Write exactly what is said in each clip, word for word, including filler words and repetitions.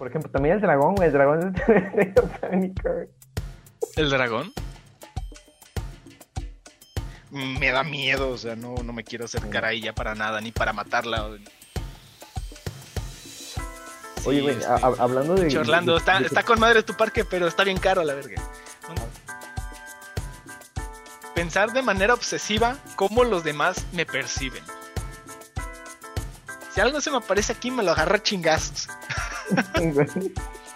Por ejemplo, también el dragón, güey, el dragón es medio pánico, güey. ¿El dragón? Me da miedo, o sea, no, no me quiero acercar a ella para nada, ni para matarla. Oye, güey, Sí, a- este, a- hablando de... pinche Orlando, de- está, de- está con madre tu parque, pero está bien caro a la verga. Pensar de manera obsesiva cómo los demás me perciben. Si algo se me aparece aquí, me lo agarra a chingazos. güey.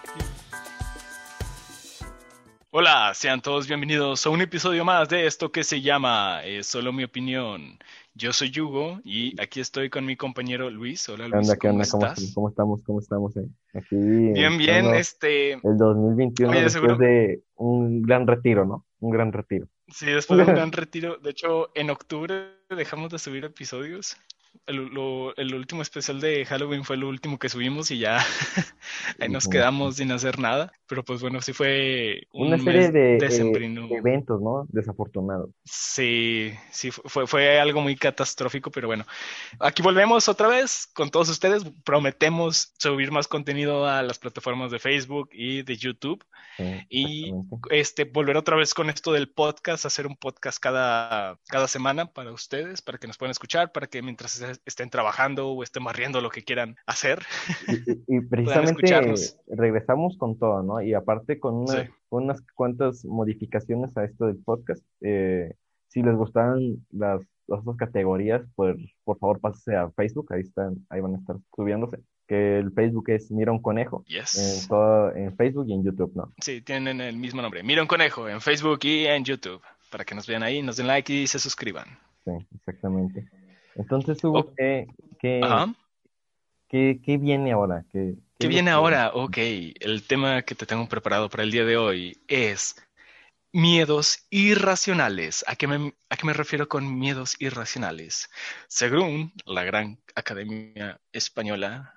Hola, sean todos bienvenidos a un episodio más de esto que se llama Es solo mi opinión. Yo soy Hugo y aquí estoy con mi compañero Luis. Hola ¿Qué Luis, onda, qué ¿cómo onda? ¿Cómo, estás? ¿Cómo estamos? ¿Cómo estamos? Eh? Aquí Bien, bien, empezando este... el dos mil veintiuno Oye, después seguro... de un gran retiro, ¿no? Un gran retiro. Sí, después de un gran retiro. De hecho, en octubre dejamos de subir episodios. El, lo- el último especial de Halloween fue el último que subimos y ya ahí nos quedamos sin hacer nada. Pero pues bueno, sí fue Una un serie mes de, eh, decembrino. de eventos, ¿no? Desafortunados. Sí, sí, fue, fue algo muy catastrófico, pero bueno. Aquí volvemos otra vez con todos ustedes. Prometemos subir más contenido a las plataformas de Facebook y de YouTube. Sí, Y exactamente. este, volver otra vez con esto del podcast, hacer un podcast cada, cada semana para ustedes, para que nos puedan escuchar, para que mientras estén trabajando o estén barriendo lo que quieran hacer, Y, y- y puedan precisamente escucharnos. regresamos con todo, ¿no? Y aparte con Sí. unas, unas cuantas modificaciones a esto del podcast. Eh, si les gustaban las, las otras categorías, pues por favor pásense a Facebook, ahí están, ahí van a estar subiéndose. Que el Facebook es Mira un Conejo, en Yes. todo, en Facebook y en YouTube, ¿no? Sí, tienen el mismo nombre. Mira un conejo en Facebook y en YouTube, para que nos vean ahí, nos den like y se suscriban. Sí, exactamente. Entonces, Oh, Hugo, ¿qué, qué, ajá. qué, qué viene ahora? ¿Qué, qué ¿Qué es lo viene que... ahora? Ok, el tema que te tengo preparado para el día de hoy es miedos irracionales. ¿A qué me, a qué me refiero con miedos irracionales? Según la Gran Academia Española,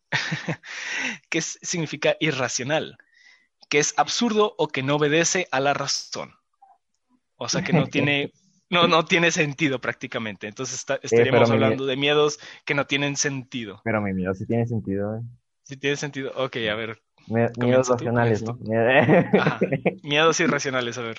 ¿qué es- significa irracional? Que es absurdo o que no obedece a la razón. O sea, que no tiene, no, no tiene sentido prácticamente. Entonces está- Eh, pero estaríamos mi, mie- hablando de miedos que no tienen sentido. pero mi miedo sí tiene sentido, ¿eh? Si tiene sentido, ok, a ver, Mie- Miedos comienza tú, ¿cuál racionales, es ¿no? tu? Ajá, miedos irracionales, a ver.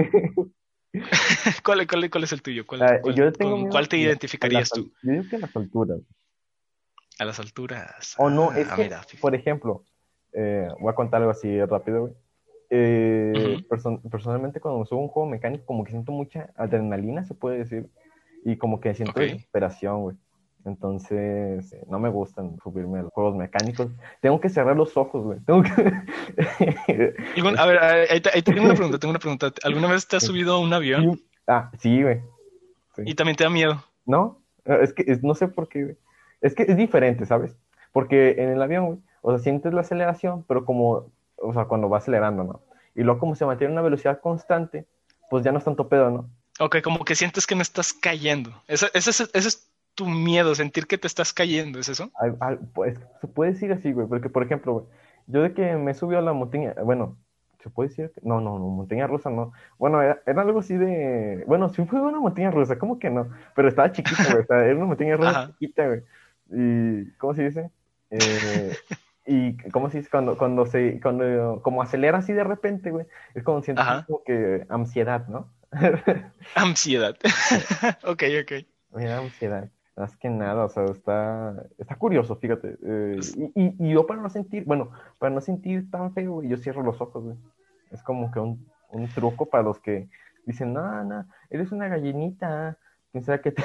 ¿Cuál, cuál, cuál es el tuyo? ¿Cuál, Ah, cuál, yo tengo ¿Con miedo cuál te mira, a las, identificarías al- tú? yo digo que a las alturas. A las alturas. O no, es Ah, que, mira, fíjate. por ejemplo, eh, voy a contar algo así rápido, güey. Eh, Ujú. person- personalmente cuando me subo a un juego mecánico, como que siento mucha adrenalina, se puede decir, y como que siento Ok. desesperación, güey. Entonces, eh, no me gustan subirme a los juegos mecánicos. Tengo que cerrar los ojos, güey. Tengo que... Algún- A ver, a ver, ahí, te- ahí tengo una pregunta, tengo una pregunta. ¿Alguna vez te has subido a un avión Sí. Ah, sí, güey. Sí. y también te da miedo? ¿No? Eh, Es que es- no sé por qué, güey. Es que es diferente, ¿sabes? Porque en el avión, güey, o sea, sientes la aceleración, pero como, o sea, cuando va acelerando, ¿no? Y luego como se mantiene a una velocidad constante, pues ya no es tanto pedo, ¿no? Ok, como que sientes que no estás cayendo. Ese, ese es, ese es tu miedo, sentir que te estás cayendo, ¿es eso? Al- al- pues, se puede decir así, güey, porque, por ejemplo, güey, yo de que me subí a la montaña, bueno, ¿se puede decir? que- No, no, no, montaña rusa no. Bueno, era, era algo así de, bueno, sí fue una montaña rusa, ¿cómo que no? Pero estaba chiquita, güey, o sea, era una montaña rusa Ajá. chiquita, güey. Y, ¿cómo se dice? Eh, y, ¿cómo se dice? Cuando, cuando se, cuando, como acelera así de repente, güey, es cuando sientes Ajá. como que ansiedad, ¿no? Ansiedad. Ok, ok. Me da ansiedad. Más que nada, o sea, está, está curioso, fíjate. Eh, Es- y, y, y yo para no sentir, bueno, para no sentir tan feo, güey, yo cierro los ojos, güey. Es como que un, un truco para los que dicen, no, no, eres una gallinita. Quién sabe qué te...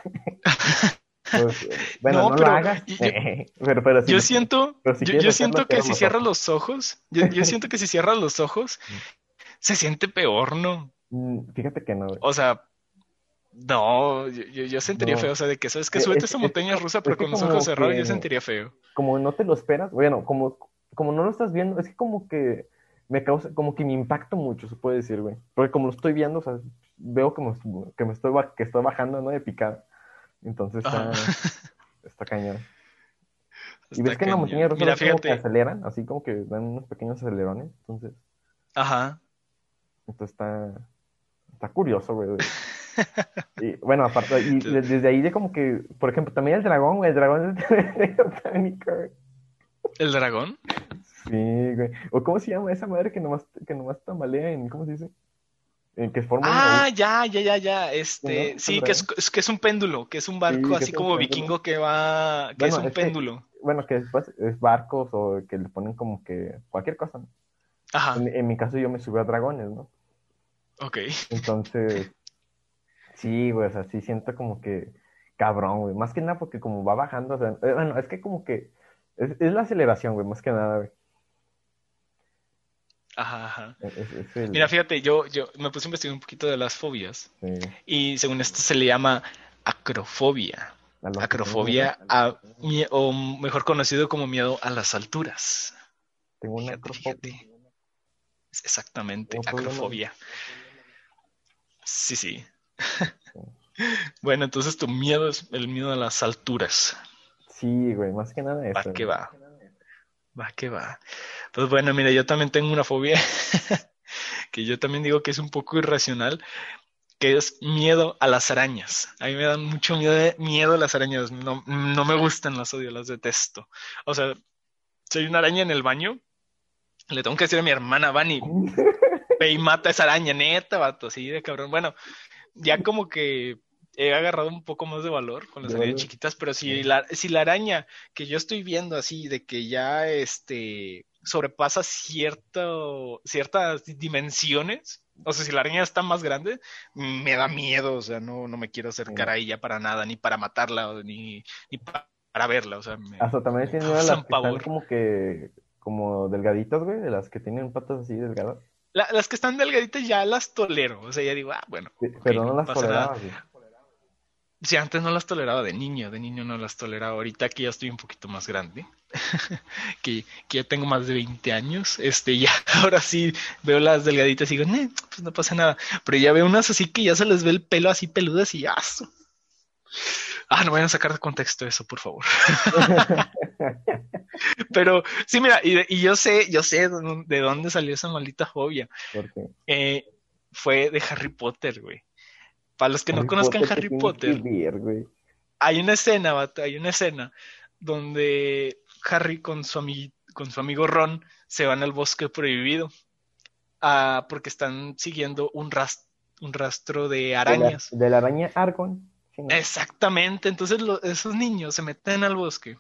Pues, eh, bueno, No, no, lo pero hagas. y- yo, pero, pero si yo lo- siento, pero si yo, quieres yo hacerlo, siento que cierra si los cierras ojos. los ojos, yo, yo siento que si cierras los ojos, se siente peor, ¿no? Mm, Fíjate que no, güey. O sea, no, yo, yo, yo sentiría feo, No. o sea, de que sabes que Eh, súbete Es, esta es que, montaña co- rusa, es pero que con los ojos como cerrados yo que, sentiría feo. como no te lo esperas, bueno, como, como no lo estás viendo, es que como que me causa, como que me impacto mucho, se puede decir, güey. Porque como lo estoy viendo, o sea, veo que me, que me estoy, ba- que estoy bajando, ¿no? De picada. Entonces está, Ajá. está cañón. Y Está ves que en la montaña cañón. rusa Mira, ves como que fíjate. aceleran, así como que dan unos pequeños acelerones. Entonces, Ajá. entonces está, está curioso, güey. Y bueno, aparte, y de- desde ahí de como que, por ejemplo, también el dragón, güey, el dragón es medio pánico, güey. ¿El dragón? Sí, güey. ¿O cómo se llama esa madre que nomás, que nomás tambalea en, ¿cómo se dice? En que forma una U, Ah, ya, ya, ya, ya. Este, ¿no? sí, que ¿Sandra? es, es que es un péndulo, que es un barco Sí, que así es un como péndulo. vikingo que va, que es Bueno, un es que, péndulo. bueno, que después es barcos o que le ponen como que cualquier cosa, ¿no? Ajá, En, en mi caso yo me subí a dragones, ¿no? ok. Entonces, sí, güey, o sea, sí siento como que cabrón, güey. Más que nada porque como va bajando, o sea, eh, bueno, es que como que es, es la aceleración, güey, más que nada, güey. Ajá, ajá. Es, es Mira, el, fíjate, yo, yo me puse a investigar un poquito de las fobias sí, y según esto se le llama acrofobia. a los que tengo miedo, Acrofobia, a, mie- o mejor conocido como miedo a las alturas. tengo una Fíjate, acrofobia, fíjate. Es exactamente, tengo problemas, güey. acrofobia. Sí, sí. Sí, Bueno, entonces tu miedo es el miedo a las alturas. sí, güey, más que nada Va eso, que güey. va, va que va. Pues bueno, mira, yo también tengo una fobia que yo también digo que es un poco irracional, que es miedo a las arañas. A mí me dan mucho miedo, miedo a las arañas. No, no me gustan, las odio, las detesto. O sea, si hay una araña en el baño, le tengo que decir a mi hermana, Vani, ve y mata esa araña, neta, vato, así de cabrón. Bueno, ya como que he agarrado un poco más de valor con las De arañas valor. chiquitas, pero Sí. si la, si la araña que yo estoy viendo así, de que ya este sobrepasa cierto, ciertas dimensiones, o sea, si la araña está más grande, me da miedo, o sea, no, no me quiero Sí. acercar a ella para nada, ni para matarla, o ni, ni pa- para verla, o sea, me, Hasta también me tiene miedo a las causan que están pavor. como que, como delgaditas, güey, de las que tienen patas así delgadas. La- las que están delgaditas ya las tolero, o sea, ya digo, ah, bueno, Sí, ok, pero no no las pasa nada. toleraba, güey. Sí, antes no las toleraba de niño, de niño no las toleraba. Ahorita que ya estoy un poquito más grande, que, que ya tengo más de veinte años, este, ya ahora sí veo las delgaditas y digo, "Nee, pues no pasa nada". Pero ya veo unas así que ya se les ve el pelo así peludas y ya. su- Ah, no vayan a sacar de contexto eso, por favor. Pero sí, mira, y, de- y yo sé, yo sé de dónde de dónde salió esa maldita fobia. Porque Eh, fue de Harry Potter, güey. Para los que no Harry conozcan Potter, ¿qué Harry tiene que Potter, ver, güey? hay una escena, vato, hay una escena donde Harry con su, ami- con su amigo Ron se van al bosque prohibido, ah, porque están siguiendo un, ras- un rastro de De la, arañas. de la araña Argon, sí, ¿no? Exactamente, entonces lo- esos niños se meten al bosque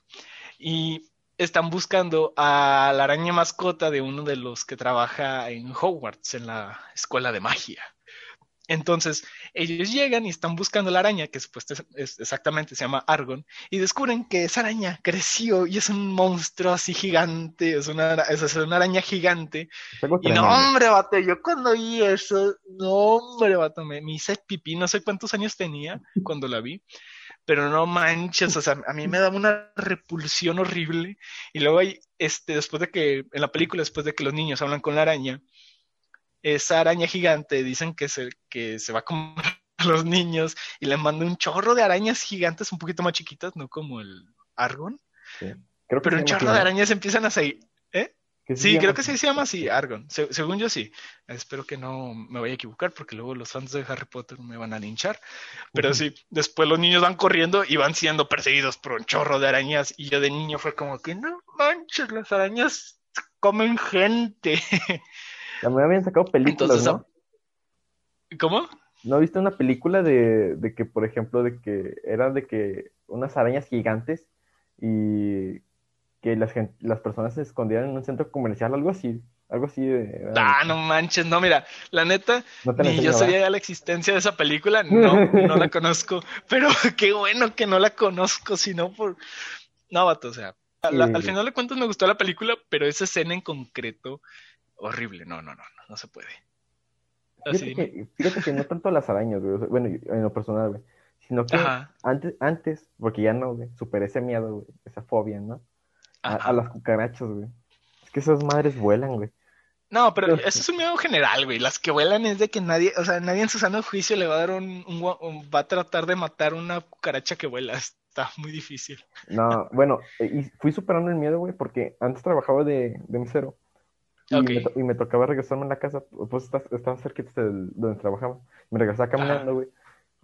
y están buscando a la araña mascota de uno de los que trabaja en Hogwarts, en la escuela de magia. Entonces, ellos llegan y están buscando la araña, que supuestamente es, exactamente se llama Argon, y descubren que esa araña creció y es un monstruo así gigante, es una, es una araña gigante. Es algo Y no, tremendo. hombre, vato, yo cuando vi eso, no, hombre, vato, me, me hice pipí, no sé cuántos años tenía cuando la vi, pero no manches, o sea, a mí me daba una repulsión horrible. Y luego hay, este, después de que, en la película, después de que los niños hablan con la araña, esa araña gigante dicen que se, que se va a comer a los niños y le manda un chorro de arañas gigantes un poquito más chiquitas, no como el Argon, Sí. Creo que se pero un llama así, chorro de ¿no? arañas empiezan a seguir. ¿Eh? Que sí se Sí, llama creo que así. sí se llama así, Sí. Argon. Se, según yo sí. Espero que no me vaya a equivocar porque luego los fans de Harry Potter me van a linchar. Pero sí, después los niños van corriendo y van siendo perseguidos por un chorro de arañas. Y yo de niño fue como que no manches, las arañas comen gente. También habían sacado películas, Entonces, ¿no? ¿cómo? ¿No viste una película de, de que, por ejemplo, de que eran de que unas arañas gigantes y que las, gen- las personas se escondían en un centro comercial, algo así, algo así de, era- Ah, no manches, no, mira, la neta, no te la ni yo enseño, ¿va? sabía ya la existencia de esa película, no, no la conozco, pero qué bueno que no la conozco, sino por... No, vato, o sea, a la- al Y final de cuentas me gustó la película, pero esa escena en concreto, horrible, no, no, no, no, no se puede. Así fíjate dime. que, fíjate que no tanto a las arañas, güey, o sea, bueno, en lo personal, güey, sino que Ajá, antes, antes, porque ya no, güey, superé ese miedo, güey, esa fobia, ¿no? A, a ajá. las cucarachas, güey. Es que esas madres vuelan, güey. No, pero Pero- eso es un miedo general, güey. Las que vuelan es de que nadie, o sea, nadie en su sano juicio le va a dar un, un gua- un- va a tratar de matar una cucaracha que vuela. Está muy difícil. No, bueno, eh, y fui superando el miedo, güey, porque antes trabajaba de, de mesero. Y Ok, me, to- y me tocaba regresarme a la casa, pues estaba, estaba cerquita de donde trabajaba. Me regresaba caminando, ajá. güey.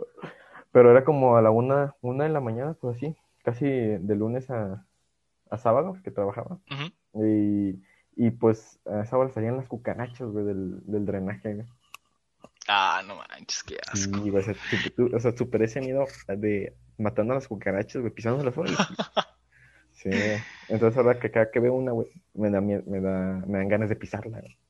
Pero era como a la una, una de la mañana, pues así, casi de lunes a, a sábado que trabajaba. Ujú. Y, Y pues a esa hora salían las cucarachas, güey, del, del drenaje, güey. Ah, no manches, qué asco. Sí, güey, o sea, supe- tu- o sea, superé ese miedo de matando a las cucarachas, güey, pisándolas fuera del piso. Sí, entonces ahora que cada que veo una, güey, me da, mie- me da, me dan ganas de pisarla, güey.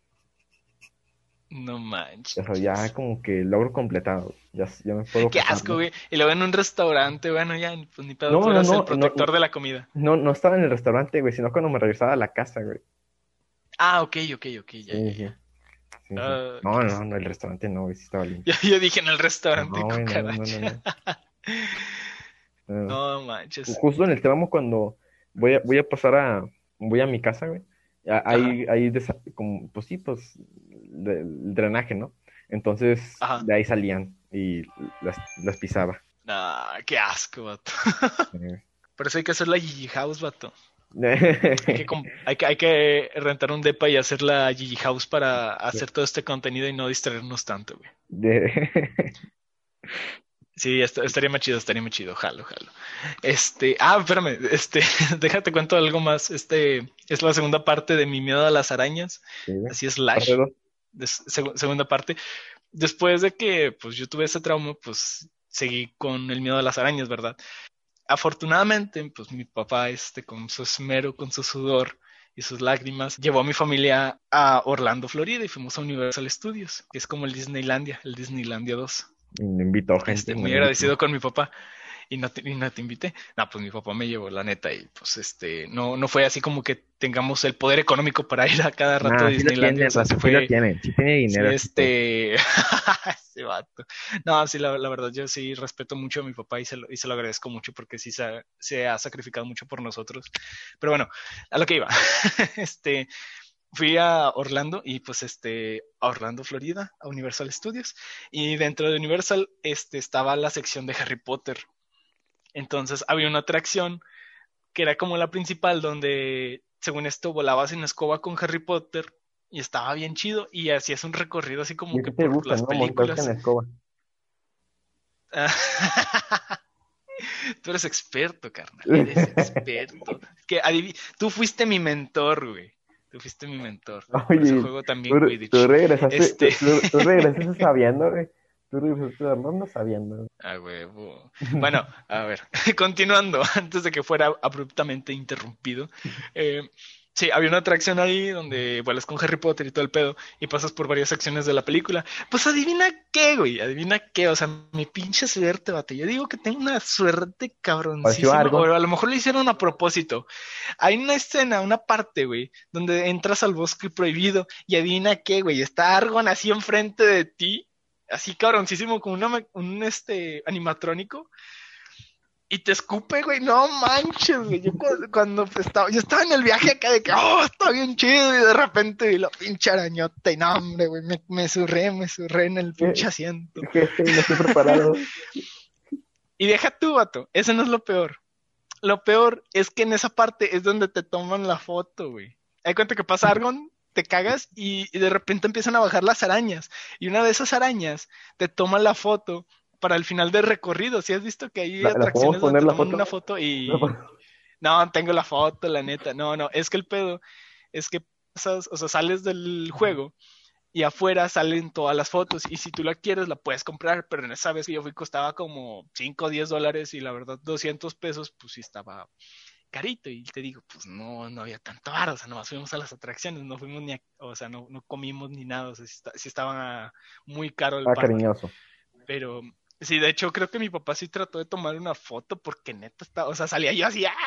No O sea, ya manches. como que logro completado, ya, ya me puedo Qué asco, pasarlo. güey. Y luego en un restaurante, bueno, ya, pues ni pedo, No, tú no, eras el no, no, protector de la comida. no, no estaba en el restaurante, güey, sino cuando me regresaba a la casa, güey. Ah, ok, ok, ok, ya, ya, Sí, sí, ya. sí, sí. Ah, qué No, no, asco. no, el restaurante no, güey, sí estaba limpio. Ya, yo dije en el restaurante y No, güey, no, no, no, no, cucaracha. no. No. No manches. Justo en el tramo cuando voy a, voy a pasar a, voy a mi casa, güey, a- Ajá, ahí, ahí, desa- como, pues sí, pues, de- el drenaje, ¿no? Entonces, ajá. de ahí salían y las, las pisaba. Ah, qué asco, vato. Eh. Por eso hay que hacer la Gigi House, vato. Hay que, comp- hay que, hay que rentar un depa y hacer la Gigi House para hacer todo este contenido y no distraernos tanto, güey. De- Sí, est- estaría más chido, estaría más chido, jalo, jalo. Este, ah, espérame, este, déjate cuento algo más. Este, es la segunda parte de mi miedo a las arañas, Sí, güey. así Parte slash, dos. de- seg- segunda parte. Después de que, pues, yo tuve ese trauma, pues, seguí con el miedo a las arañas, ¿verdad? Afortunadamente, pues, mi papá, este, con su esmero, con su sudor y sus lágrimas, llevó a mi familia a Orlando, Florida, y fuimos a Universal Studios, que es como el Disneylandia, el Disneylandia dos. Y no invitó gente, Este, no muy me invitó. agradecido con mi papá y no te, y no te invité. No, pues mi papá me llevó, la neta, y pues este, no, no fue así como que tengamos el poder económico para ir a cada rato a Nah, sí lo Disneylandia, o tienen, sea, sí raza, sí lo fue, tienen. Sí tiene sí, dinero, así que. este, ese vato. No, sí, la, la, verdad, yo sí respeto mucho a mi papá y se lo, y se lo agradezco mucho porque sí se, se ha sacrificado mucho por nosotros. Pero bueno, a lo que iba. este, fui a Orlando y pues este a Orlando, Florida, a Universal Studios y dentro de Universal este estaba la sección de Harry Potter. Entonces había una atracción que era como la principal donde según esto volabas en escoba con Harry Potter y estaba bien chido y hacías un recorrido así ¿Y como a que ti te por gusta, las no? Montarte en películas. la escoba. Tú eres experto, carnal, eres experto. Que adiv- tú fuiste mi mentor, güey. Tú fuiste mi mentor. Por eso Oye, juego también tú, re- tú Quidditch. regresaste, tú, Este, tú- tú regresaste sabiendo, güey. Tú regresaste de Orlando sabiendo. a huevo. Bueno, a ver, continuando, antes de que fuera abruptamente interrumpido. Eh, sí, había una atracción ahí donde vuelas con Harry Potter y todo el pedo y pasas por varias secciones de la película. Pues adivina qué, güey, adivina qué. O sea, mi pinche suerte, vato. Yo digo que tengo una suerte Pareció cabroncísima, o Argon. a lo mejor lo hicieron a propósito. Hay una escena, una parte, güey, donde entras al bosque prohibido y adivina qué, güey, está Argon así enfrente de ti así cabroncísimo como una, un este animatrónico y te escupe, güey, no manches, güey. Yo cuando, cuando estaba, yo estaba en el viaje acá de que, oh, está bien chido, y de repente vi la pinche arañota, y no, hombre, güey, me, me surré, me surré en el ¿Qué, pinche asiento. qué jefe? No estoy preparado. Y deja tú, vato, eso no es lo peor. Lo peor es que en esa parte es donde te toman la foto, güey. Hay cuenta que pasa Argon, te cagas y, y de repente empiezan a bajar las arañas. Y una de esas arañas te toma la foto para el final del recorrido. Si has visto que hay ¿La, la podemos atracciones donde poner te la toman una foto? foto ¿La y... pon- No, tengo la foto, la neta. No, no, es que el pedo es que pasas, o sea, sales del juego y afuera salen todas las fotos y si tú la quieres la puedes comprar, pero en esa vez que yo fui costaba como cinco o diez dólares y la verdad doscientos pesos pues sí estaba carito y te digo, pues no, no había tanto bar, o sea, nomás fuimos a las atracciones, no fuimos ni a, o sea, no, no comimos ni nada, o sea, sí, está, sí estaba muy caro el Ah, parque, cariñoso. pero sí, de hecho creo que mi papá sí trató de tomar una foto porque neta estaba, o sea, salía yo así, ¡ah!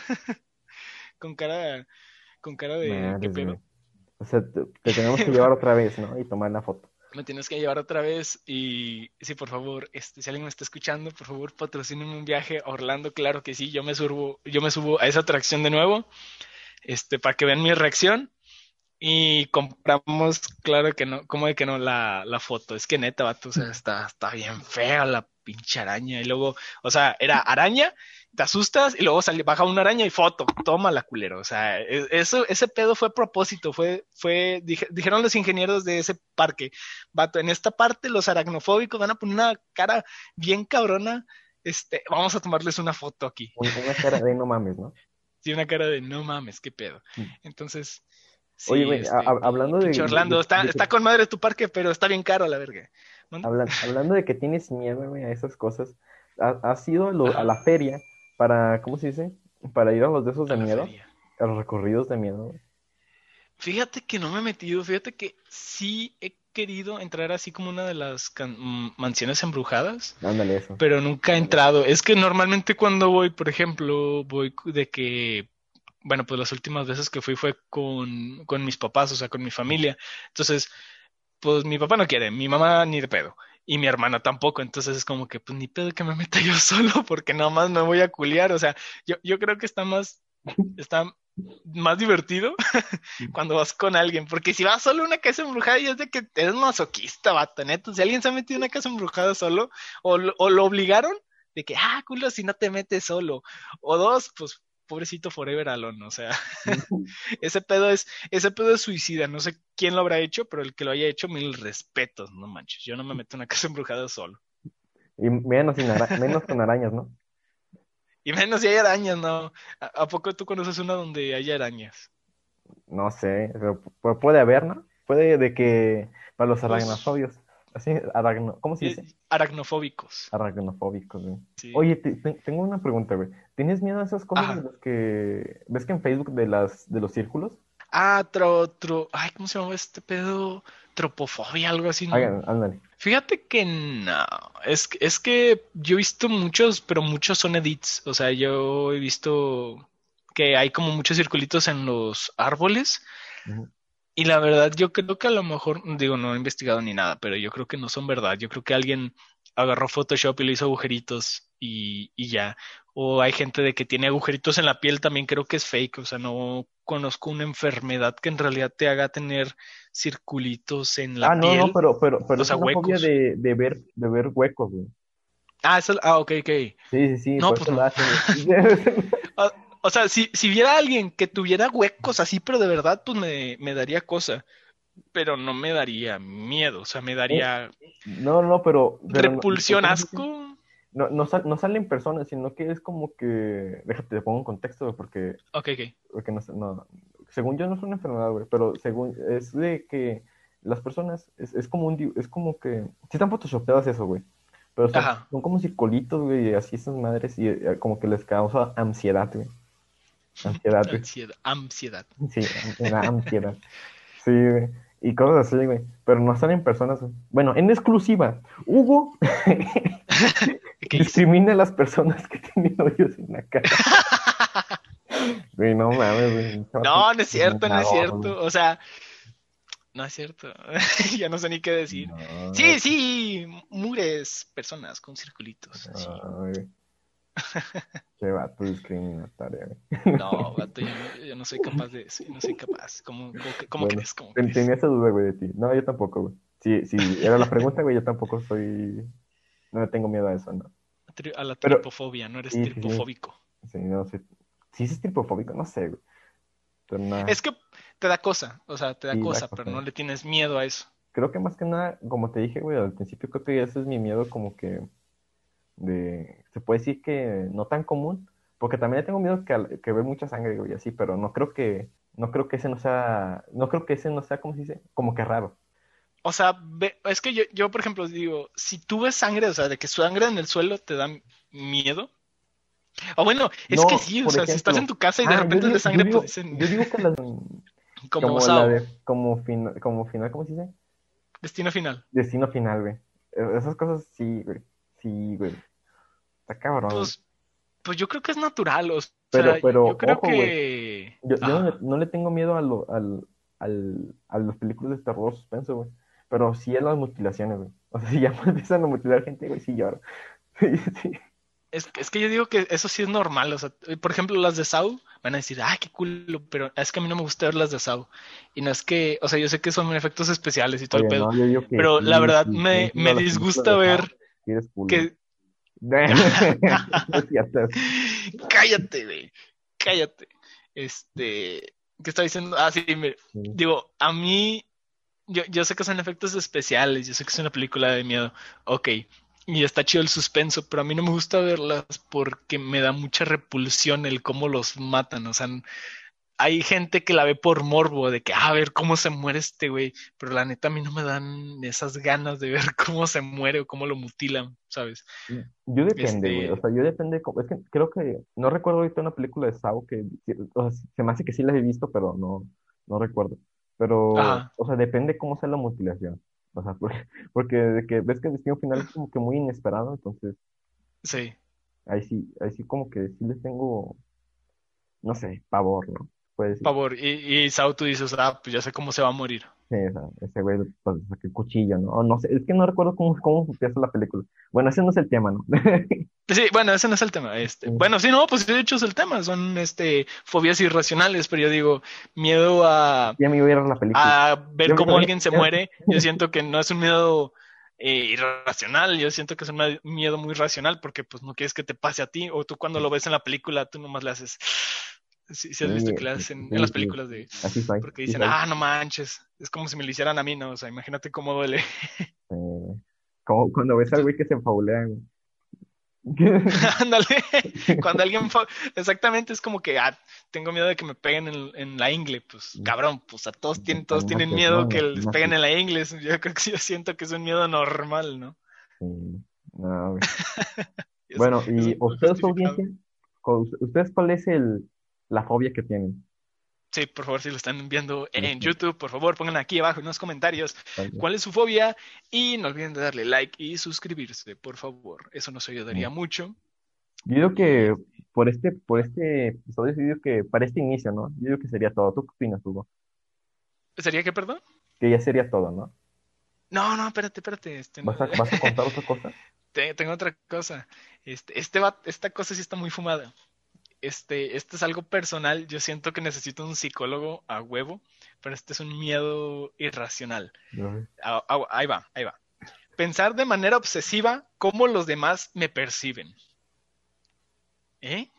con cara, con cara de, ¿qué Madres, güey. pedo? O sea, te, te tenemos que llevar otra vez, ¿no? Y tomar la foto. Me tienes que llevar otra vez y sí, por favor, este, si alguien me está escuchando, por favor, patrocínenme un viaje a Orlando, claro que sí, yo me subo, yo me subo a esa atracción de nuevo, este, para que vean mi reacción y compramos, claro que no, como de que no la, la foto, es que neta, vato, o sea, está, está bien fea la pinche araña y luego, o sea, era araña, te asustas y luego sale, baja una araña y foto, toma la culero, o sea, e- eso, ese pedo fue a propósito, fue, fue, dije- dijeron los ingenieros de ese parque, vato, en esta parte los aracnofóbicos van a poner una cara bien cabrona, este, vamos a tomarles una foto aquí. Un- una cara de no mames, ¿no? Sí, una cara de no mames, qué pedo. Entonces, Oye, sí, güey, a- este, a- mi hablando de, pinche de- Orlando, de- está, de está que, con madre tu parque, pero está bien caro a la verga. ¿Mande? hablan- hablando de que tienes miedo, güey, a esas cosas, ¿ha- ¿has ido a, lo- a Ajá, la feria para, ¿cómo se dice? Para ir a los de esos a de la miedo, feria. a los recorridos de miedo, güey. Fíjate que no me he metido, fíjate que sí he querido entrar así como una de las can- mm, mansiones embrujadas, Ándale, eso. pero nunca he entrado. Es que normalmente cuando voy, por ejemplo, voy cu- de que, bueno, pues las últimas veces que fui fue con, con mis papás, o sea, con mi familia. Entonces, pues mi papá no quiere, mi mamá ni de pedo, y mi hermana tampoco. Entonces es como que, pues ni pedo que me meta yo solo, porque nada más me voy a culiar. O sea, yo, yo creo que está más, está más divertido cuando vas con alguien, porque si vas solo a una casa embrujada y es de que eres masoquista, vato, neto. Si alguien se ha metido en una casa embrujada solo, o, lo- o lo obligaron, de que, ah, culo, si no te metes solo, o dos, pues pobrecito forever alone, o sea, ese pedo es, ese pedo es suicida, no sé quién lo habrá hecho, pero el que lo haya hecho, mil respetos, no manches, yo no me meto en una casa embrujada solo, Y menos, sin ara- menos con arañas, ¿no? y menos si hay arañas, ¿no? ¿A, a poco tú conoces una donde haya arañas? No sé, pero pu- puede haber, ¿no? Puede de que para los Pues, aracnofobios, así, aracno, ¿cómo se eh, dice? aracnofóbicos, Aracnofóbicos, güey. sí. Oye, te- te- tengo una pregunta, güey. ¿Tienes miedo a esas cosas de Ajá. las que ves que en Facebook de las de los círculos? Ah, tro, tro, ay, ¿cómo se llama este pedo? Tropofobia, algo así, ¿no? Hagan, ándale. Fíjate que no, es, que- es que yo he visto muchos, pero muchos son edits, o sea, yo he visto que hay como muchos circulitos en los árboles Ujú. y la verdad yo creo que a lo mejor, digo, no he investigado ni nada, pero yo creo que no son verdad, yo creo que alguien agarró Photoshop y le hizo agujeritos y, y ya, o hay gente de que tiene agujeritos en la piel, también creo que es fake, o sea, no conozco una enfermedad que en realidad te haga tener circulitos en Ah, la no, no, piel, pero, pero, pero o es sea, una fobia huecos. de, de ver, de ver huecos, güey. Ah, eso, ah, ok, ok. Sí, sí, sí, No, por pues eso lo no. hacen, güey. O, o sea, si, si viera a alguien que tuviera huecos así, pero de verdad, pues me, me daría cosa. Pero no me daría miedo, o sea, me Eh, daría No, no, pero, pero, no- repulsión, ¿cómo se dice? asco. No, no, sal- no salen personas, sino que es como que, déjate, te pongo un contexto, güey, porque, Ok, ok. porque no, sé, no, según yo no es una enfermedad, güey, pero según, es de que las personas, es, es como un, di- es como que, sí están photoshopeadas eso, güey, pero son, Ajá. son como circulitos, güey, y así esas madres, y eh, como que les causa ansiedad, güey, ansiedad, güey, Ansiedad, ansiedad. sí, me da ansiedad, sí, güey, y cosas así, güey, pero no salen personas, güey. Bueno, en exclusiva, Hugo ¿Qué hice? discrimina a las personas que tienen hoyos en la cara. Güey, no mames, güey. Un chavato No, no es cierto, no es mamador, güey. cierto. O sea, no es cierto. Ya no sé ni qué decir. No, Sí, sí, mures, personas con circulitos, sí. no, güey. Qué vato discriminatorio, güey. No, gato, yo no, yo no soy capaz de eso, yo no soy capaz. ¿Cómo, cómo, que- cómo Bueno, crees? ¿Cómo ten- crees? tenía esa duda, güey, de ti. No, yo tampoco, güey. Sí, sí, era la pregunta, güey, yo tampoco soy... No le tengo miedo a eso, no. Tri- A la Pero, tripofobia, no eres sí, sí, sí. tripofóbico. Sí, no sé. Sí, sí es tripofóbico, no sé, güey. Pero nada, Es que te da cosa, o sea, te da sí, la cosa, pero cosa. no le tienes miedo a eso. Creo que más que nada, como te dije, güey, al principio creo que ese es mi miedo como que de, se puede decir que no tan común, porque también le tengo miedo que, al- que ver mucha sangre, güey, así, pero no creo que, no creo que ese no sea, no creo que ese no sea, ¿cómo se dice? Como que raro. O sea, ve- es que yo, yo, por ejemplo, digo, si tú ves sangre, o sea, de que sangre en el suelo te da miedo. O bueno, es que No, sí, o por sea, si estás en ejemplo, tu casa y de ah, yo repente es digo, de yo sangre, pues digo, dicen, yo digo que las, como como la Sao, de, como final, como final, ¿cómo se dice? destino final. Destino final, güey. E- Esas cosas sí, güey, sí, güey, está cabrón, güey. Pues, pues yo creo que es natural, o Pero, sea, pero, yo creo ojo, güey, que... yo, yo no le, Ajá. no le tengo miedo a, lo, al, al, a las películas de terror suspenso, güey. Pero sí a las mutilaciones, güey. O sea, si ya me empiezan a mutilar gente, güey, sí lloro. Sí, sí. Es, es que yo digo que eso sí es normal, o sea, por ejemplo, las de Saw van a decir, ay, qué culo, pero es que a mí no me gusta ver las de Saw. Y no es que, o sea, yo sé que son efectos especiales y todo el Oye, pedo, no, yo digo que pero la sí, verdad sí, si me, has ido me a las películas disgusta de Saw, ver sí eres culo. que... No es cierto. Cállate, güey, cállate. Este, ¿qué está diciendo? Ah, sí, me, Sí. digo, a mí, yo, yo sé que son efectos especiales, yo sé que es una película de miedo, ok, y está chido el suspenso, pero a mí no me gusta verlas porque me da mucha repulsión el cómo los matan, o sea, hay gente que la ve por morbo, de que, ah, a ver cómo se muere este güey, pero la neta a mí no me dan esas ganas de ver cómo se muere o cómo lo mutilan, ¿sabes? Yo depende, güey. O Este, sea, yo depende. co- Es que creo que. No recuerdo ahorita una película de Saw que. O sea, se me hace que sí la he visto, pero no, no recuerdo. Pero, ajá, o sea, depende cómo sea la mutilación. O sea, porque, porque de que ves que el destino final es como que muy inesperado, entonces sí. ahí sí, ahí sí como que sí les tengo, no sé, pavor, ¿no? Puede decir. Favor, y, y Sao tú dices, ah, pues ya sé cómo se va a morir. Sí, o sea, ese güey, pues, saca el cuchillo, ¿no? O no sé, es que no recuerdo cómo, cómo empieza la película. Bueno, ese no es el tema, ¿no? Sí, bueno, ese no es el tema. Este, Sí. bueno, sí, no, pues de hecho es el tema. Son este fobias irracionales, pero yo digo, miedo a, Ya me iba a ir a la película. a ver Ya me iba cómo a ir. alguien se ya- muere. Yo siento que no es un miedo eh, irracional, yo siento que es un ma- miedo muy racional porque pues no quieres que te pase a ti, o tú cuando lo ves en la película, tú nomás le haces. Si Sí, has visto que le sí, hacen en sí, las sí, películas de, así soy, porque sí dicen, soy. ah, no manches, es como si me lo hicieran a mí, ¿no? O sea, imagínate cómo duele. Eh, como cuando ves al Entonces, güey que se enfabulea. güey. ándale, cuando alguien, fa- exactamente, es como que, ah, tengo miedo de que me peguen en, en la ingle, pues cabrón, pues a todos tienen, No todos tienen manches, no, miedo que les imagínate. peguen en la ingle, yo creo que sí, yo siento que es un miedo normal, ¿no? Sí, no, güey. Es, Bueno, es y un poco ustedes, justificado. audiencia, cu- ¿ustedes cuál es el, la fobia que tienen? Sí, por favor, si lo están viendo Sí, en sí, YouTube, por favor, pongan aquí abajo en los comentarios vale. cuál es su fobia y no olviden de darle like y suscribirse, por favor. Eso nos ayudaría Mm. mucho. Yo digo Y que por este, por este episodio, yo digo que para este inicio, ¿no? Yo digo que sería todo. ¿Tú qué opinas, Hugo? ¿sería que perdón? Que ya sería todo, ¿no? No, no, espérate, espérate. Este, no- ¿Vas a, vas a contar otra cosa? Te- tengo otra cosa. Este, este va- esta cosa sí está muy fumada. Este, este es algo personal. Yo siento que necesito un psicólogo a huevo, pero este es un miedo irracional. No. Ah, ah, ahí va, ahí va. Pensar de manera obsesiva cómo los demás me perciben. ¿Eh?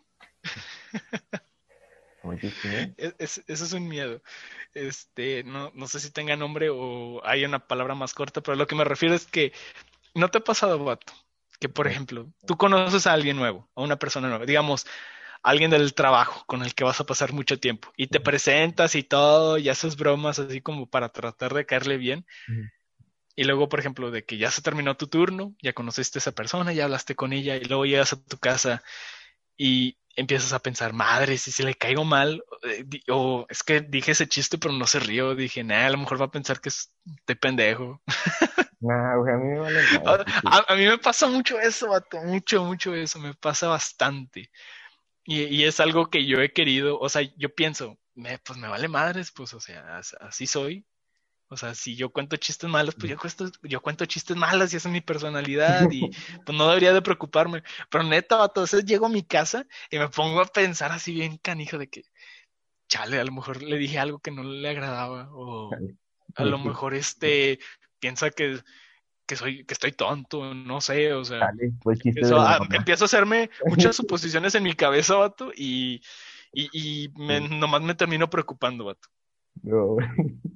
Oye, ¿qué? Es, es- eso es un miedo. Este, no, no sé si tenga nombre o hay una palabra más corta, pero lo que me refiero es que no te ha pasado, vato, que por ejemplo, tú conoces a alguien nuevo, a una persona nueva, digamos, alguien del trabajo con el que vas a pasar mucho tiempo y te presentas y todo y haces bromas así como para tratar de caerle bien. Y luego, por ejemplo, de que ya se terminó tu turno, ya conociste a esa persona, ya hablaste con ella y luego llegas a tu casa y empiezas a pensar, madre, si se le caigo mal, eh, di- o es que dije ese chiste pero no se rió, dije, nah, a lo mejor va a pensar que estoy pendejo. Nah, güey, a mí me vale A, madre. Sí, a- a mí me pasa mucho eso, vato, mucho, mucho eso, me pasa bastante. Y, y es algo que yo he querido, o sea, yo pienso, me, pues me vale madres, pues, o sea, as- así soy. O sea, si yo cuento chistes malos, pues yo cuento, yo cuento chistes malos y esa es mi personalidad y pues no debería de preocuparme. Pero neta, vato, entonces llego a mi casa y me pongo a pensar así bien canijo de que, chale, a lo mejor le dije algo que no le agradaba o chale. a lo mejor este piensa que, que soy, que estoy tonto, no sé, o sea, Chale, fue el chiste de empiezo la a, mamá. empiezo a hacerme muchas suposiciones en mi cabeza, vato, y, y, y me, Sí, nomás me termino preocupando, vato. no, güey.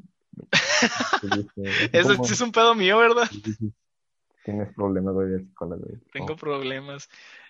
Sí, sí, así Eso sí como es un pedo mío, ¿verdad? sí, sí, sí, tienes problemas, güey, del psicólogo. Güey. Tengo Oh. problemas.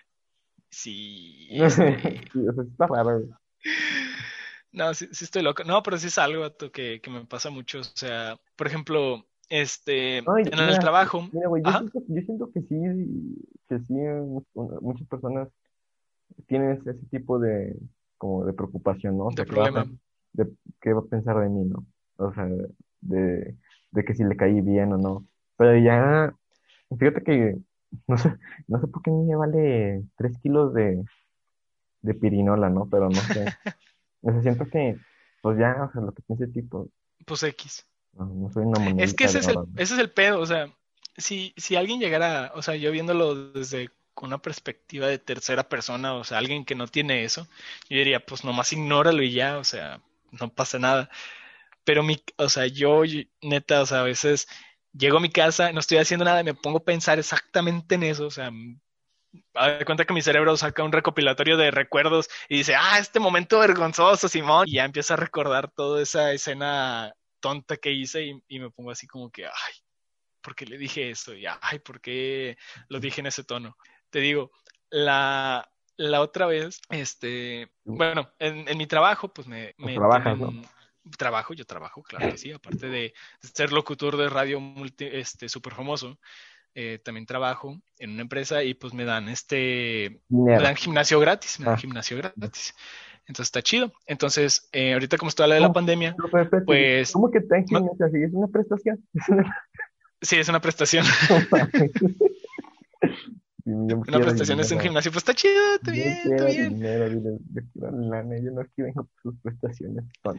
Sí, este. Sí, o sea, está raro, güey. No, sí, sí estoy loco. No, pero sí es algo vato, que, que me pasa mucho. O sea, por ejemplo, este, No, y en el mira, trabajo. mira, güey, yo Ajá, siento, yo siento que sí, que sí, mu- muchas personas tienen ese tipo de, como de preocupación, ¿no? O de sea, ¿qué va a, problema. pen- de, qué va a pensar de mí, ¿no? O sea, de, de que si le caí bien o no. Pero ya, fíjate que, no sé, no sé por qué a mí me vale tres kilos de, de pirinola, ¿no? Pero no sé. O sea, siento que, pues ya, o sea, lo que piense tipo, Pues X. no, no soy una Es que monedita ese de es el, oro, ¿no? ese es el pedo. O sea, si, si alguien llegara, o sea, yo viéndolo desde una perspectiva de tercera persona, o sea, alguien que no tiene eso, yo diría, pues nomás ignóralo y ya, o sea, no pasa nada. Pero mi, o sea, yo y- neta, o sea, a veces llego a mi casa, no estoy haciendo nada y me pongo a pensar exactamente en eso, o sea, m- haz de cuenta que mi cerebro saca un recopilatorio de recuerdos y dice, ah, este momento vergonzoso, Simón, y ya empieza a recordar toda esa escena tonta que hice y, y me pongo así como que, ay, ¿por qué le dije eso? Y, ay, ¿por qué lo dije en ese tono? Te digo, la, la otra vez, este, bueno, en, en mi trabajo, pues me, Pues me trabajas, ¿no? tienen, trabajo, yo trabajo, claro que sí, aparte de ser locutor de radio multi, este, súper famoso, eh, también trabajo en una empresa y pues me dan este, me Dinero. dan gimnasio gratis, me dan Ah, gimnasio gratis. Entonces está chido. Entonces, eh, ahorita como está la de la ¿cómo? pandemia, No, pero espérate, pues, ¿cómo que te dan ma- gimnasia? ¿Sí? ¿Es una prestación? Es una... sí, es una prestación. No mames. Sí, yo Una quiero prestación es un dinero. gimnasio, pues está chido, está Yo bien, está quiero bien. dinero, dile, yo quiero lana, yo no quiero sus prestaciones. Son-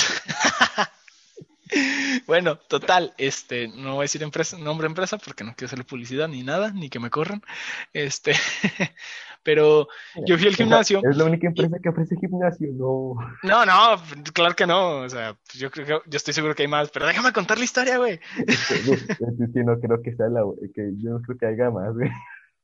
Bueno, total, este, no voy a decir empresa, nombre de empresa porque no quiero hacerle publicidad ni nada, ni que me corran. Este, pero Mira, yo fui al esa gimnasio es la única y empresa que ofrece gimnasio, no. no, no, claro que no. O sea, yo creo que yo estoy seguro que hay más, pero déjame contar la historia, güey. Este, uf, este sí, no creo que sea la, que yo no creo que haya más, güey.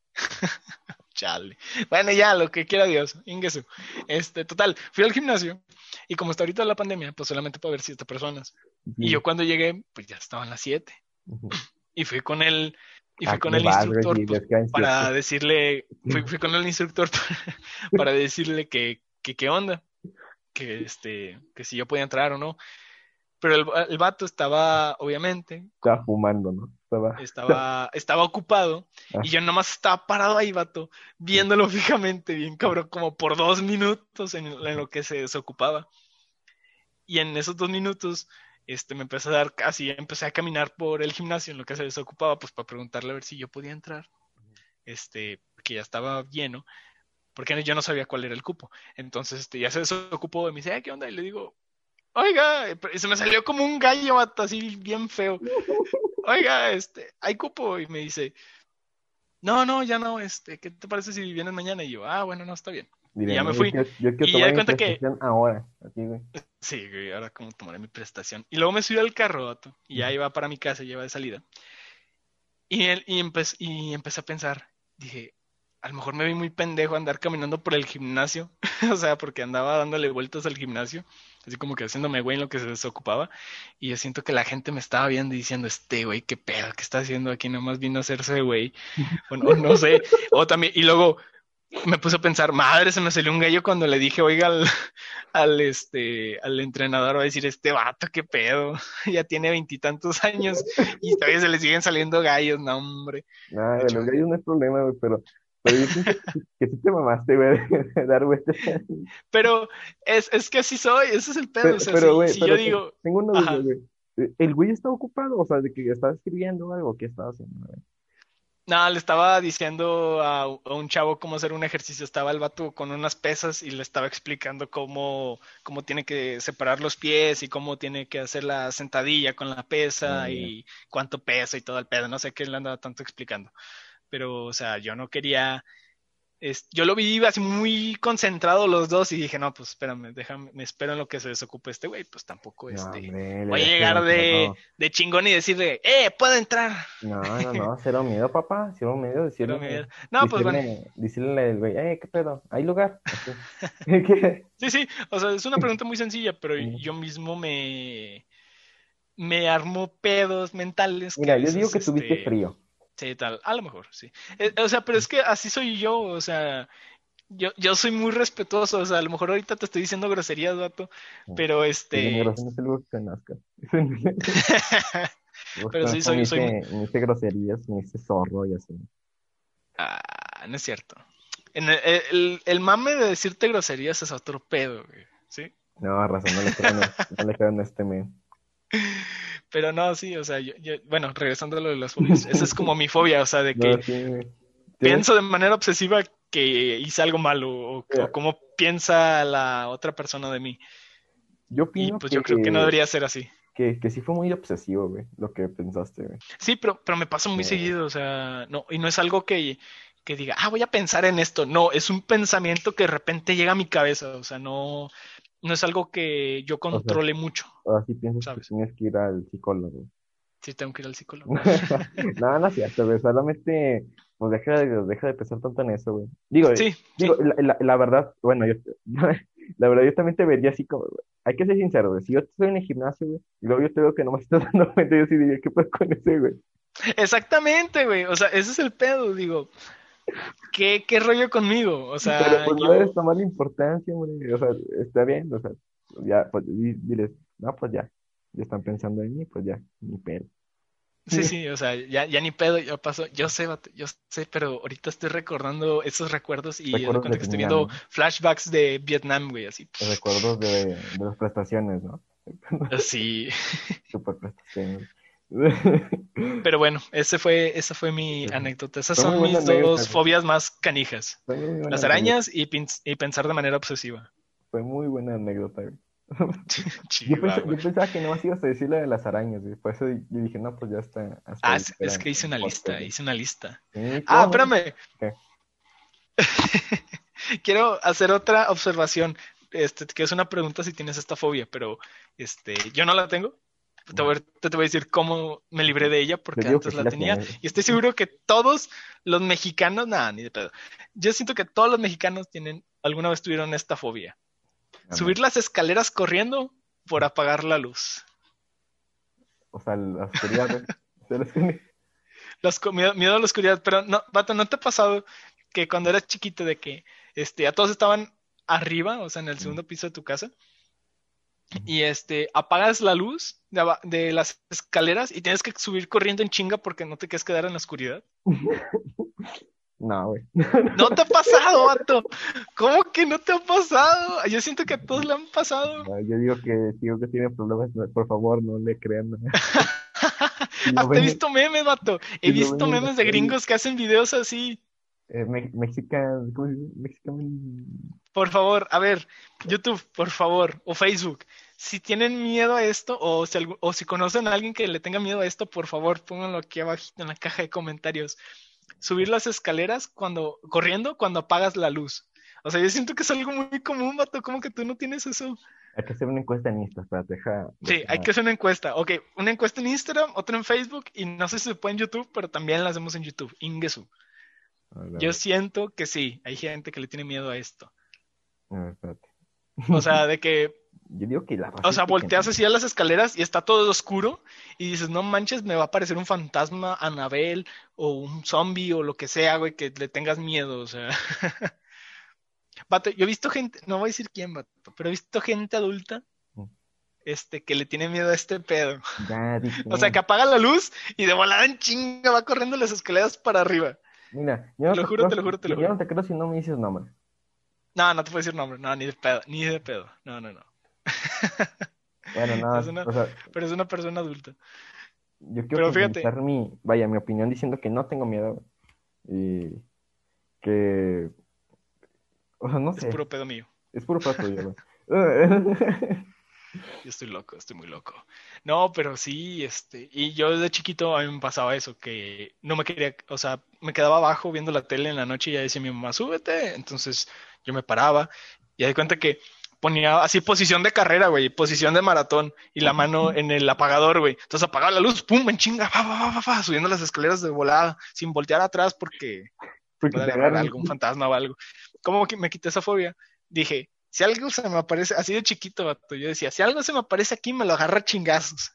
Chale. Bueno, ya, lo que quiera Dios, ingesu. Este, total, fui al gimnasio y como está ahorita la pandemia, pues solamente puedo ver siete personas. Y Sí. yo cuando llegué, pues ya estaban las siete. Ujú. Y fui con el, y ¿A fui qué con el vas, güey? instructor, Si pues, les quedan siete. para decirle, fui, fui con el instructor para decirle que, que qué onda, que este, que si yo podía entrar o no. Pero el, el vato estaba, obviamente, Estaba como fumando, ¿no? Estaba. estaba, estaba ocupado Ah, y yo nomás estaba parado ahí, vato, viéndolo fijamente, bien cabrón, como por dos minutos en, en lo que se desocupaba. Y en esos dos minutos, este, me empecé a dar, así empecé a caminar por el gimnasio en lo que se desocupaba, pues para preguntarle a ver si yo podía entrar, este, que ya estaba lleno, porque yo no sabía cuál era el cupo. Entonces, este, ya se desocupó y me dice, "Eh, ¿qué onda?" Y le digo, oiga, y se me salió como un gallo, vato, así bien feo. Oiga, este, hay cupo. Y me dice, no, no, ya no, este, ¿qué te parece si vienes mañana? Y yo, ah, bueno, no, está bien. Y diré, ya no, me yo fui. quiero, yo quiero Y ya tomar de mi cuenta que, prestación ahora. Así, güey. sí, güey, ahora como tomaré mi prestación. Y luego me subí al carro, vato, y ya iba para mi casa, ya iba de salida. Y, él, y, empe- y empecé a pensar, dije, a lo mejor me vi muy pendejo andar caminando por el gimnasio, o sea, porque andaba dándole vueltas al gimnasio, así como que haciéndome güey en lo que se desocupaba, y yo siento que la gente me estaba viendo y diciendo, este güey, qué pedo, ¿qué está haciendo aquí? Nomás vino a hacerse güey, o no, no sé, o también, y luego me puse a pensar, madre, se me salió un gallo cuando le dije, oiga, al, al, este, al entrenador, va a decir, este vato, qué pedo, ya tiene veintitantos años y todavía se le siguen saliendo gallos, no, hombre. Nada, De de los hecho, gallos no es problema, güey, pero, pero yo pienso que, sí- que sí te mamaste, güey, de dar vueltas. pero es, es que así soy, ese es el pedo, o Pero, sea, pero, si, güey, si yo pero te- digo, tengo una duda, ajá, güey. Eh, ¿El güey está ocupado? O sea, de que estaba escribiendo algo, ¿qué estaba haciendo, güey? nada, le estaba diciendo a, a un chavo cómo hacer un ejercicio, estaba el vato con unas pesas y le estaba explicando cómo, cómo tiene que separar los pies y cómo tiene que hacer la sentadilla con la Ah, pesa ya. y cuánto pesa y todo el pedo, no sé qué le andaba tanto explicando, pero, o sea, yo no quería. Es, yo lo vi así muy concentrado los dos y dije, no, pues espérame, déjame, me espero en lo que se desocupe este güey, pues tampoco No, este, hombre, le voy a había llegar de, preguntado. de chingón y decirle, eh, puedo entrar. No, no, no, cero miedo, papá, cero miedo, Pero decirle, me, no, pues bueno, decirle, decirle al güey, eh, ¿qué pedo? ¿Hay lugar? Así. ¿Qué? sí, sí, o sea, es una pregunta muy sencilla, pero yo mismo me, me armo pedos mentales que a Mira, yo digo veces, que tuviste este, frío. sí, tal, a lo mejor, sí. Eh, o sea, pero es que así soy yo, o sea, yo, yo soy muy respetuoso, o sea, a lo mejor ahorita te estoy diciendo groserías, vato, pero Soy bien este, grosero, no es algo que nazca. pero Con sí, eso me soy, soy, hice, me hice groserías, me hice zorro y así. ah, no es cierto. En el, el, el mame de decirte groserías es otro pedo, güey, ¿sí? No, razón, no le crean, a- no le crean a este men. Pero no, sí, o sea, yo, yo, bueno, regresando a lo de las fobias, esa es como mi fobia, o sea, de No, que sí, güey. ¿Tienes? pienso de manera obsesiva que hice algo malo o, o Mira, cómo piensa la otra persona de mí. yo Y opino pues yo creo que no que, debería ser así. que, que sí fue muy obsesivo, güey, lo que pensaste, güey. Sí, pero, pero me pasa muy Eh, seguido, o sea, no, y no es algo que, que diga, ah, voy a pensar en esto. No, es un pensamiento que de repente llega a mi cabeza, o sea, no, no es algo que yo o sea, controle mucho, ahora sí piensas que ¿sabes? tienes que ir al psicólogo. Sí, tengo que ir al psicólogo. No, no es cierto, güey, solamente, pues deja de, deja de pensar tanto en eso, güey. Digo, eh, Sí, digo, sí, la, la, la verdad, bueno, yo, la verdad, yo también te vería así como, güey. Hay que ser sincero, güey. Si yo estoy en el gimnasio, güey, y luego yo te veo que no me estás dando cuenta, yo sí diría, ¿qué pasa con ese, güey? Exactamente, güey. O sea, ese es el pedo, digo. ¿Qué, qué rollo conmigo? O Pero sea, pues no debes yo... tomar la importancia, hombre. O sea, está bien, o sea, ya, pues di- diles, no, pues ya, ya están pensando en mí, pues ya, ni pedo. Sí, sí, o sea, ya, ya ni pedo, ya pasó. Yo sé, vato, yo sé, pero ahorita estoy recordando esos recuerdos y haz de Recuerdos de cuenta que estoy niña, viendo ¿no? flashbacks de Vietnam, güey, así. Recuerdos de, de las prestaciones, ¿no? Así. Super prestaciones. Pero bueno, ese fue, esa fue mi anécdota. Esas Fue muy son buena mis anécdota, dos güey. fobias más canijas. Fue muy buena Las anécdota. arañas y, pin- y pensar de manera obsesiva. Fue muy buena anécdota, güey. Yo pensé, Chihuahua. yo pensaba que no más ibas a decir la de las arañas, güey. Por eso yo dije, no, pues ya está, hasta Ah, ahí es, es era que hice el una podcast, lista, güey. hice una lista. Sí, Ah, ¿cómo no? espérame. ¿Qué? Quiero hacer otra observación, este, que es una pregunta si tienes esta fobia, pero este, yo no la tengo. Te voy, a- te voy a decir cómo me libré de ella, Yo porque digo que antes sí la la tenía, tienes. y estoy seguro que todos los mexicanos, nada, ni de pedo. Yo siento que todos los mexicanos tienen, alguna vez tuvieron esta fobia. A ver. Subir las escaleras corriendo por apagar la luz. O sea, la oscuridad, güey. O sea, la oscuridad. Los, miedo, miedo a la oscuridad, pero no, vato, ¿no te ha pasado que cuando eras chiquito de que este, ya todos estaban arriba, o sea, en el segundo piso de tu casa, y este, apagas la luz de, aba- de las escaleras y tienes que subir corriendo en chinga porque no te quieres quedar en la oscuridad? No, güey. ¿No te ha pasado, vato? ¿Cómo que no te ha pasado? Yo siento que a todos le han pasado. No, yo digo que, digo que tiene problemas. No, por favor, no le crean nada. Si lo Hasta he ven, visto memes, vato. si He lo ven visto en la memes de calle. gringos que hacen videos así. Eh, me- Mexican, ¿cómo se dice? Mexican. Por favor, a ver, YouTube, por favor, o Facebook, si tienen miedo a esto, o si, algu- o si conocen a alguien que le tenga miedo a esto, por favor, pónganlo aquí abajo en la caja de comentarios. Subir las escaleras cuando, corriendo cuando apagas la luz. O sea, yo siento que es algo muy común, vato, como que tú no tienes eso. Hay que hacer una encuesta en Insta, espérate, deja, Sí, hay deja. que hacer una encuesta. Ok, una encuesta en Instagram, otra en Facebook, y no sé si se puede en YouTube, pero también la hacemos en YouTube. Ingesu. A ver, a Yo ver, siento que sí, hay gente que le tiene miedo a esto. a ver, espérate. O sea, de que Yo digo que la O raza sea, dice que volteas no. así a las escaleras y está todo oscuro y dices, no manches, me va a aparecer un fantasma, Anabel o un zombie o lo que sea, güey, que le tengas miedo, o sea. Vato, yo he visto gente, no voy a decir quién, vato, pero he visto gente adulta, este, que le tiene miedo a este pedo. Ya, di O sea, quién. que apaga la luz y de volada en chinga va corriendo las escaleras para arriba. Mira, yo Te no lo te juro, creo, te lo juro, te yo, lo yo no juro. te creo si no me dices nombre. No, no te puedo decir nombre, no, ni de pedo, ni de pedo. No, no, no. Bueno, Es nada, una, o sea, pero es una persona adulta. yo quiero Pero fíjate, finalizar mi, vaya, mi opinión diciendo que no tengo miedo y que, o sea, no es sé, puro pedo mío. es puro pedo tuyo, güey. Yo estoy loco, estoy muy loco. No, pero sí, este, y yo desde chiquito a mí me pasaba eso, que no me quería, o sea, me quedaba abajo viendo la tele en la noche y ya decía mi mamá, súbete. Entonces yo me paraba y de cuenta que ponía así posición de carrera, güey, posición de maratón y la mano en el apagador, güey. Entonces apagaba la luz, pum, en chinga, va, va, va, va, va, subiendo las escaleras de volada, sin voltear atrás porque te Porque puede te agarrar agarran. algún fantasma o algo. ¿Cómo que me quité esa fobia? Dije, si algo se me aparece, así de chiquito, vato, yo decía, si algo se me aparece aquí, me lo agarra a chingazos.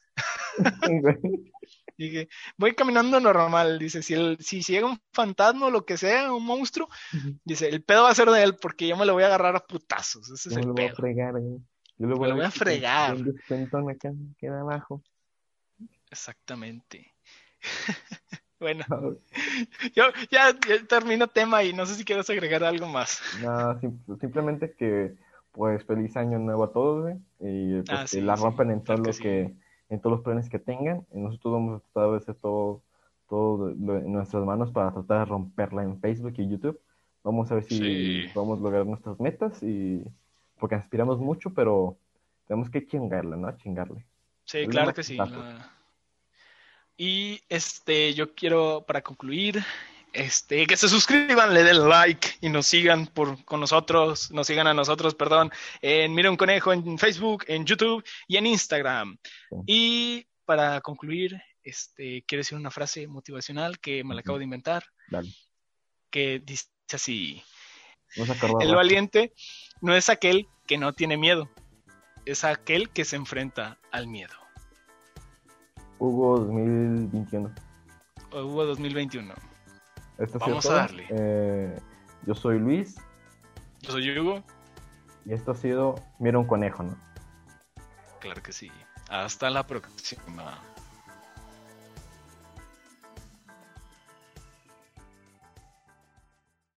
Dije, voy caminando normal, dice, si, el, si llega un fantasma o lo que sea, un monstruo, dice, el pedo va a ser de él porque yo me lo voy a agarrar a putazos, ese es Yo me el lo voy a pedo. fregar, güey. Yo lo Me voy a lo voy ver a si te fregar. den descuentón acá, queda abajo. Exactamente. Bueno, yo ya, ya termino tema y no sé si quieres agregar algo más. No, sim- simplemente que, pues, feliz año nuevo a todos, güey. Y pues Ah, que la sí, sí, rompan en todo claro que lo sí. que, en todos los planes que tengan. Y nosotros vamos a tratar de hacer todo, todo lo- en nuestras manos para tratar de romperla en Facebook y YouTube. Vamos a ver si Sí, podemos lograr nuestras metas y porque aspiramos mucho, pero tenemos que chingarle, ¿no? Chingarle. sí, Es lo claro más que sí. sensato. La- Y este, yo quiero, para concluir, este, que se suscriban, le den like y nos sigan por, con nosotros, nos sigan a nosotros, perdón, en Mira un Conejo, en Facebook, en YouTube y en Instagram. Sí. Y para concluir, este, quiero decir una frase motivacional que me la acabo de inventar, Dale. que dice así: No se acordó el rato. valiente no es aquel que no tiene miedo, es aquel que se enfrenta al miedo. Hugo dos mil veintiuno. Hugo dos mil veintiuno. Esto ha sido Vamos a todo. darle. Eh, yo soy Luis Yo soy Hugo. y esto ha sido Mira un conejo, ¿no? Claro que sí. Hasta la próxima.